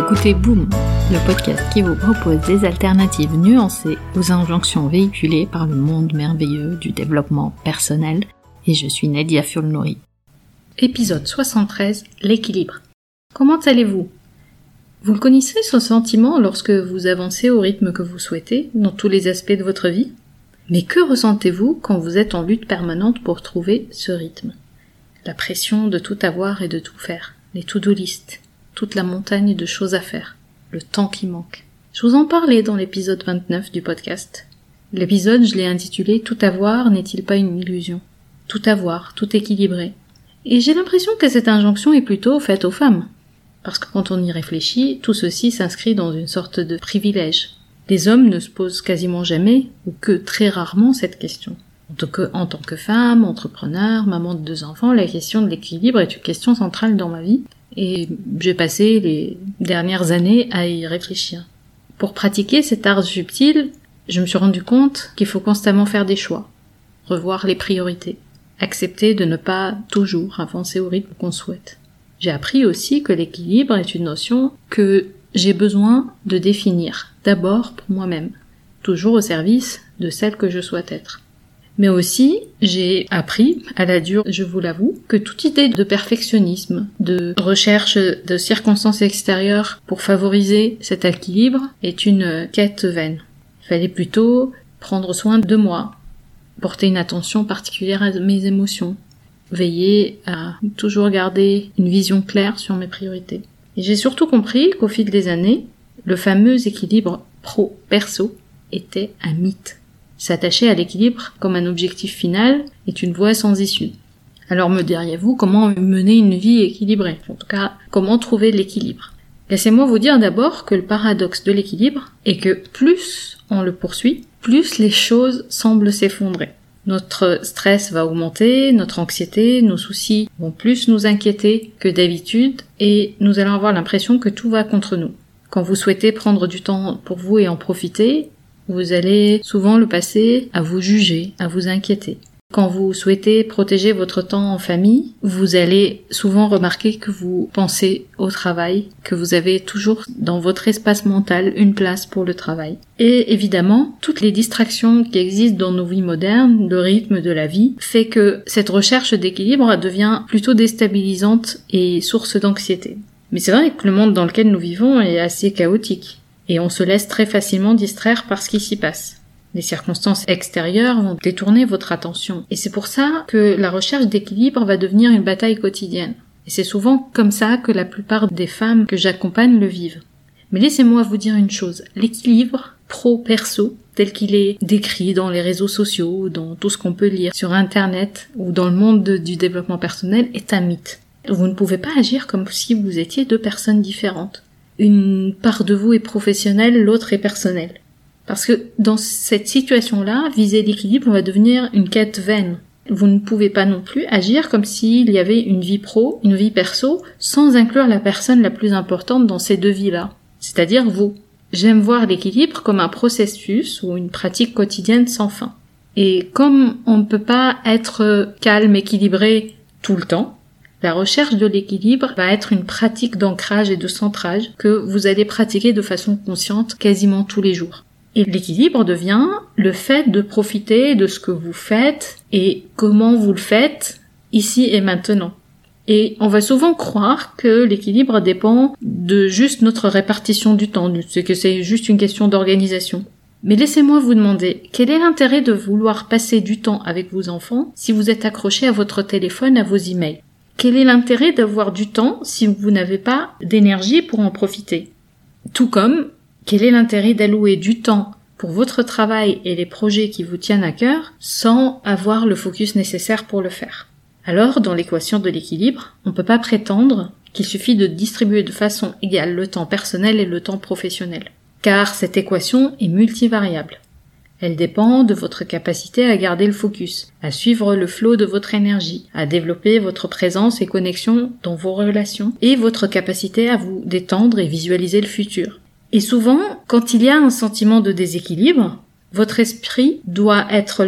écoutez Boom, le podcast qui vous propose des alternatives nuancées aux injonctions véhiculées par le monde merveilleux du développement personnel, et je suis Nadia Fulnouri. Épisode 73, l'équilibre. Comment allez-vous ? Vous le connaissez ce sentiment lorsque vous avancez au rythme que vous souhaitez, dans tous les aspects de votre vie ? Mais que ressentez-vous quand vous êtes en lutte permanente pour trouver ce rythme ? La pression de tout avoir et de tout faire, les to-do list, toute la montagne de choses à faire, le temps qui manque. Je vous en parlais dans l'épisode 29 du podcast. L'épisode, je l'ai intitulé « Tout avoir n'est-il pas une illusion ?» Tout avoir, tout équilibré. Et j'ai l'impression que cette injonction est plutôt faite aux femmes. Parce que quand on y réfléchit, tout ceci s'inscrit dans une sorte de privilège. Les hommes ne se posent quasiment jamais, ou que très rarement, cette question. En tant que femme, entrepreneur, maman de 2 enfants, la question de l'équilibre est une question centrale dans ma vie. Et j'ai passé les dernières années à y réfléchir. Pour pratiquer cet art subtil, je me suis rendu compte qu'il faut constamment faire des choix, revoir les priorités, accepter de ne pas toujours avancer au rythme qu'on souhaite. J'ai appris aussi que l'équilibre est une notion que j'ai besoin de définir, d'abord pour moi-même, toujours au service de celle que je souhaite être. Mais aussi, j'ai appris, à la dure, je vous l'avoue, que toute idée de perfectionnisme, de recherche de circonstances extérieures pour favoriser cet équilibre est une quête vaine. Il fallait plutôt prendre soin de moi, porter une attention particulière à mes émotions, veiller à toujours garder une vision claire sur mes priorités. Et j'ai surtout compris qu'au fil des années, le fameux équilibre pro-perso était un mythe. S'attacher à l'équilibre comme un objectif final est une voie sans issue. Alors me diriez-vous comment mener une vie équilibrée ? En tout cas, comment trouver l'équilibre ? Laissez-moi vous dire d'abord que le paradoxe de l'équilibre est que plus on le poursuit, plus les choses semblent s'effondrer. Notre stress va augmenter, notre anxiété, nos soucis vont plus nous inquiéter que d'habitude et nous allons avoir l'impression que tout va contre nous. Quand vous souhaitez prendre du temps pour vous et en profiter, vous allez souvent le passer à vous juger, à vous inquiéter. Quand vous souhaitez protéger votre temps en famille, vous allez souvent remarquer que vous pensez au travail, que vous avez toujours dans votre espace mental une place pour le travail. Et évidemment, toutes les distractions qui existent dans nos vies modernes, le rythme de la vie, fait que cette recherche d'équilibre devient plutôt déstabilisante et source d'anxiété. Mais c'est vrai que le monde dans lequel nous vivons est assez chaotique. Et on se laisse très facilement distraire par ce qui s'y passe. Les circonstances extérieures vont détourner votre attention. Et c'est pour ça que la recherche d'équilibre va devenir une bataille quotidienne. Et c'est souvent comme ça que la plupart des femmes que j'accompagne le vivent. Mais laissez-moi vous dire une chose. L'équilibre pro-perso, tel qu'il est décrit dans les réseaux sociaux, ou dans tout ce qu'on peut lire sur Internet, ou dans le monde du développement personnel, est un mythe. Vous ne pouvez pas agir comme si vous étiez 2 personnes différentes. Une part de vous est professionnelle, l'autre est personnelle. Parce que dans cette situation-là, viser l'équilibre va devenir une quête vaine. Vous ne pouvez pas non plus agir comme s'il y avait une vie pro, une vie perso, sans inclure la personne la plus importante dans ces 2 vies-là. C'est-à-dire vous. J'aime voir l'équilibre comme un processus ou une pratique quotidienne sans fin. Et comme on ne peut pas être calme, équilibré tout le temps, la recherche de l'équilibre va être une pratique d'ancrage et de centrage que vous allez pratiquer de façon consciente quasiment tous les jours. Et l'équilibre devient le fait de profiter de ce que vous faites et comment vous le faites ici et maintenant. Et on va souvent croire que l'équilibre dépend de juste notre répartition du temps, que c'est juste une question d'organisation. Mais laissez-moi vous demander, quel est l'intérêt de vouloir passer du temps avec vos enfants si vous êtes accroché à votre téléphone, à vos emails ? Quel est l'intérêt d'avoir du temps si vous n'avez pas d'énergie pour en profiter ? Tout comme, quel est l'intérêt d'allouer du temps pour votre travail et les projets qui vous tiennent à cœur sans avoir le focus nécessaire pour le faire ? Alors, dans l'équation de l'équilibre, on ne peut pas prétendre qu'il suffit de distribuer de façon égale le temps personnel et le temps professionnel. Car cette équation est multivariable. Elle dépend de votre capacité à garder le focus, à suivre le flot de votre énergie, à développer votre présence et connexion dans vos relations et votre capacité à vous détendre et visualiser le futur. Et souvent, quand il y a un sentiment de déséquilibre, votre esprit doit être là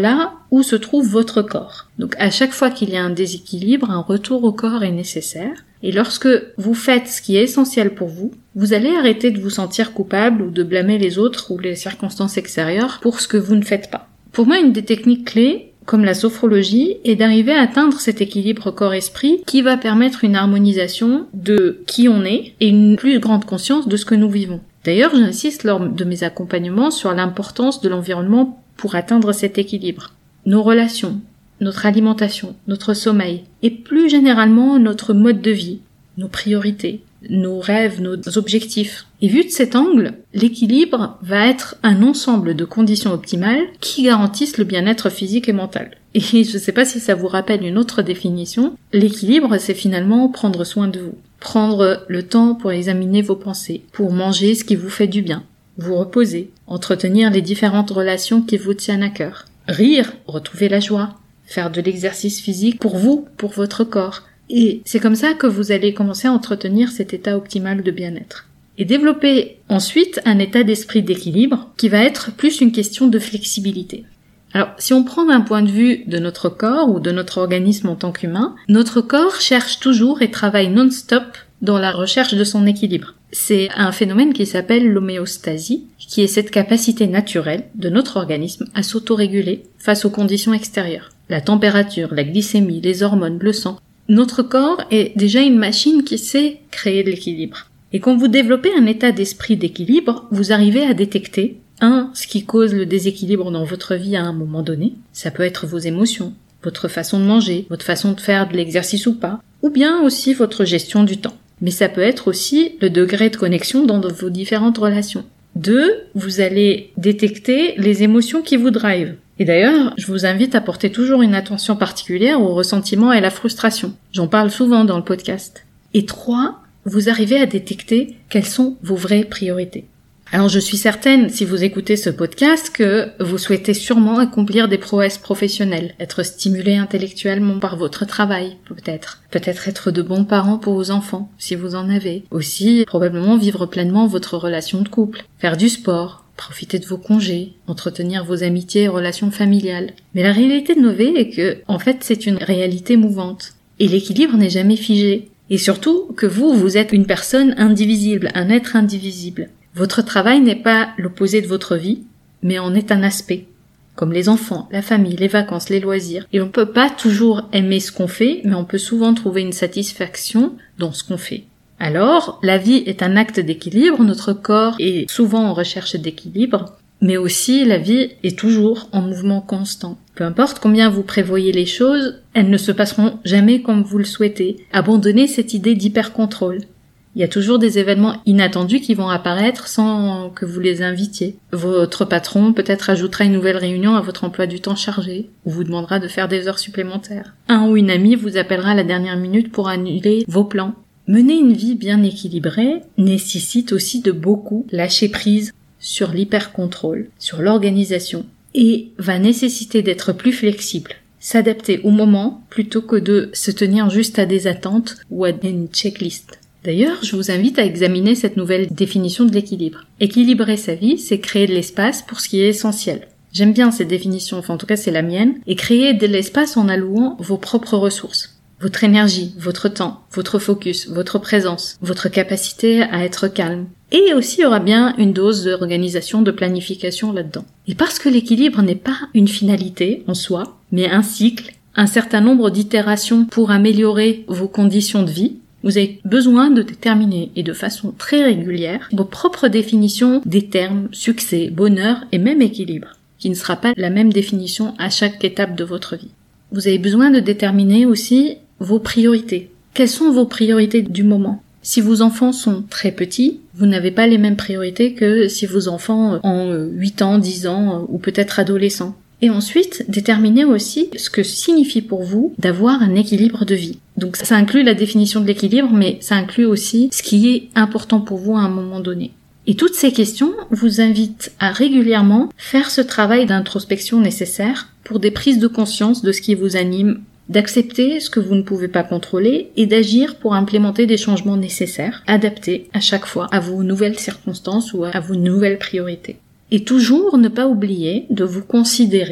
où se trouve votre corps. Donc à chaque fois qu'il y a un déséquilibre, un retour au corps est nécessaire. Et lorsque vous faites ce qui est essentiel pour vous, vous allez arrêter de vous sentir coupable ou de blâmer les autres ou les circonstances extérieures pour ce que vous ne faites pas. Pour moi, une des techniques clés, comme la sophrologie, est d'arriver à atteindre cet équilibre corps-esprit qui va permettre une harmonisation de qui on est et une plus grande conscience de ce que nous vivons. D'ailleurs, j'insiste lors de mes accompagnements sur l'importance de l'environnement pour atteindre cet équilibre. Nos relations, notre alimentation, notre sommeil, et plus généralement notre mode de vie, nos priorités, nos rêves, nos objectifs. Et vu de cet angle, l'équilibre va être un ensemble de conditions optimales qui garantissent le bien-être physique et mental. Et je ne sais pas si ça vous rappelle une autre définition, l'équilibre c'est finalement prendre soin de vous. Prendre le temps pour examiner vos pensées, pour manger ce qui vous fait du bien, vous reposer, entretenir les différentes relations qui vous tiennent à cœur, rire, retrouver la joie, faire de l'exercice physique pour vous, pour votre corps. Et c'est comme ça que vous allez commencer à entretenir cet état optimal de bien-être. Et développer ensuite un état d'esprit d'équilibre qui va être plus une question de flexibilité. Alors, si on prend un point de vue de notre corps ou de notre organisme en tant qu'humain, notre corps cherche toujours et travaille non-stop dans la recherche de son équilibre. C'est un phénomène qui s'appelle l'homéostasie, qui est cette capacité naturelle de notre organisme à s'autoréguler face aux conditions extérieures. La température, la glycémie, les hormones, le sang. Notre corps est déjà une machine qui sait créer de l'équilibre. Et quand vous développez un état d'esprit d'équilibre, vous arrivez à détecter ce qui cause le déséquilibre dans votre vie à un moment donné. Ça peut être vos émotions, votre façon de manger, votre façon de faire de l'exercice ou pas, ou bien aussi votre gestion du temps. Mais ça peut être aussi le degré de connexion dans vos différentes relations. 2, vous allez détecter les émotions qui vous drivent. Et d'ailleurs, je vous invite à porter toujours une attention particulière au ressentiment et à la frustration. J'en parle souvent dans le podcast. Et 3, vous arrivez à détecter quelles sont vos vraies priorités. Alors je suis certaine, si vous écoutez ce podcast, que vous souhaitez sûrement accomplir des prouesses professionnelles, être stimulé intellectuellement par votre travail, peut-être être de bons parents pour vos enfants, si vous en avez, aussi probablement vivre pleinement votre relation de couple, faire du sport, profiter de vos congés, entretenir vos amitiés et relations familiales. Mais la réalité de nos vies est que, en fait, c'est une réalité mouvante. Et l'équilibre n'est jamais figé. Et surtout que vous êtes une personne indivisible, un être indivisible. Votre travail n'est pas l'opposé de votre vie, mais en est un aspect. Comme les enfants, la famille, les vacances, les loisirs. Et on ne peut pas toujours aimer ce qu'on fait, mais on peut souvent trouver une satisfaction dans ce qu'on fait. Alors, la vie est un acte d'équilibre, notre corps est souvent en recherche d'équilibre, mais aussi la vie est toujours en mouvement constant. Peu importe combien vous prévoyez les choses, elles ne se passeront jamais comme vous le souhaitez. Abandonnez cette idée d'hyper-contrôle. Il y a toujours des événements inattendus qui vont apparaître sans que vous les invitiez. Votre patron peut-être ajoutera une nouvelle réunion à votre emploi du temps chargé, ou vous demandera de faire des heures supplémentaires. Un ou une amie vous appellera à la dernière minute pour annuler vos plans. Mener une vie bien équilibrée nécessite aussi de beaucoup lâcher prise sur l'hyper-contrôle, sur l'organisation, et va nécessiter d'être plus flexible, s'adapter au moment plutôt que de se tenir juste à des attentes ou à une checklist. D'ailleurs, je vous invite à examiner cette nouvelle définition de l'équilibre. Équilibrer sa vie, c'est créer de l'espace pour ce qui est essentiel. J'aime bien cette définition, enfin en tout cas c'est la mienne, et créer de l'espace en allouant vos propres ressources. Votre énergie, votre temps, votre focus, votre présence, votre capacité à être calme. Et aussi il y aura bien une dose d'organisation, de planification là-dedans. Et parce que l'équilibre n'est pas une finalité en soi, mais un cycle, un certain nombre d'itérations pour améliorer vos conditions de vie, vous avez besoin de déterminer, et de façon très régulière, vos propres définitions des termes succès, bonheur et même équilibre, qui ne sera pas la même définition à chaque étape de votre vie. Vous avez besoin de déterminer aussi vos priorités. Quelles sont vos priorités du moment ? Si vos enfants sont très petits, vous n'avez pas les mêmes priorités que si vos enfants ont 8 ans, 10 ans ou peut-être adolescents. Et ensuite, déterminer aussi ce que signifie pour vous d'avoir un équilibre de vie. Donc ça inclut la définition de l'équilibre, mais ça inclut aussi ce qui est important pour vous à un moment donné. Et toutes ces questions vous invitent à régulièrement faire ce travail d'introspection nécessaire pour des prises de conscience de ce qui vous anime, d'accepter ce que vous ne pouvez pas contrôler et d'agir pour implémenter des changements nécessaires, adaptés à chaque fois à vos nouvelles circonstances ou à vos nouvelles priorités. Et toujours ne pas oublier de vous considérer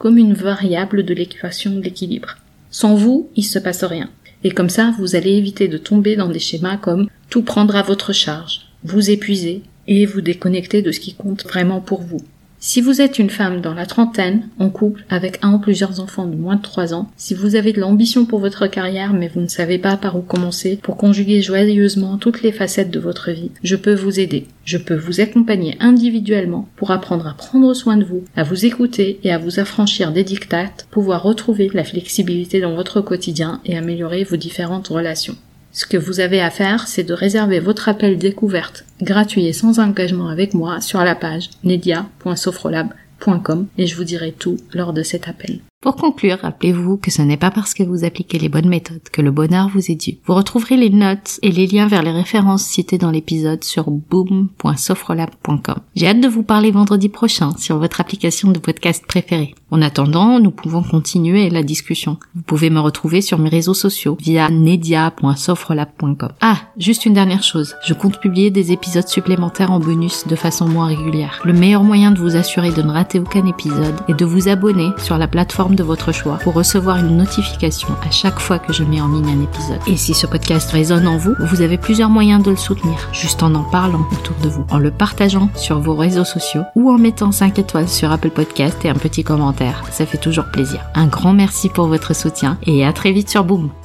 comme une variable de l'équation de l'équilibre. Sans vous, il se passe rien. Et comme ça, vous allez éviter de tomber dans des schémas comme tout prendre à votre charge, vous épuiser et vous déconnecter de ce qui compte vraiment pour vous. Si vous êtes une femme dans la trentaine, en couple, avec un ou plusieurs enfants de moins de 3 ans, si vous avez de l'ambition pour votre carrière mais vous ne savez pas par où commencer pour conjuguer joyeusement toutes les facettes de votre vie, je peux vous aider. Je peux vous accompagner individuellement pour apprendre à prendre soin de vous, à vous écouter et à vous affranchir des dictates, pouvoir retrouver la flexibilité dans votre quotidien et améliorer vos différentes relations. Ce que vous avez à faire, c'est de réserver votre appel découverte gratuit et sans engagement avec moi sur la page nedia.sophrolab.com et je vous dirai tout lors de cet appel. Pour conclure, rappelez-vous que ce n'est pas parce que vous appliquez les bonnes méthodes que le bonheur vous est dû. Vous retrouverez les notes et les liens vers les références citées dans l'épisode sur boom.sophrolab.com. J'ai hâte de vous parler vendredi prochain sur votre application de podcast préférée. En attendant, nous pouvons continuer la discussion. Vous pouvez me retrouver sur mes réseaux sociaux via nedia.sophrolab.com. Ah, juste une dernière chose. Je compte publier des épisodes supplémentaires en bonus de façon moins régulière. Le meilleur moyen de vous assurer de ne rater aucun épisode est de vous abonner sur la plateforme de votre choix pour recevoir une notification à chaque fois que je mets en ligne un épisode. Et si ce podcast résonne en vous, vous avez plusieurs moyens de le soutenir, juste en parlant autour de vous, en le partageant sur vos réseaux sociaux ou en mettant 5 étoiles sur Apple Podcast et un petit commentaire. Ça fait toujours plaisir. Un grand merci pour votre soutien et à très vite sur Boom.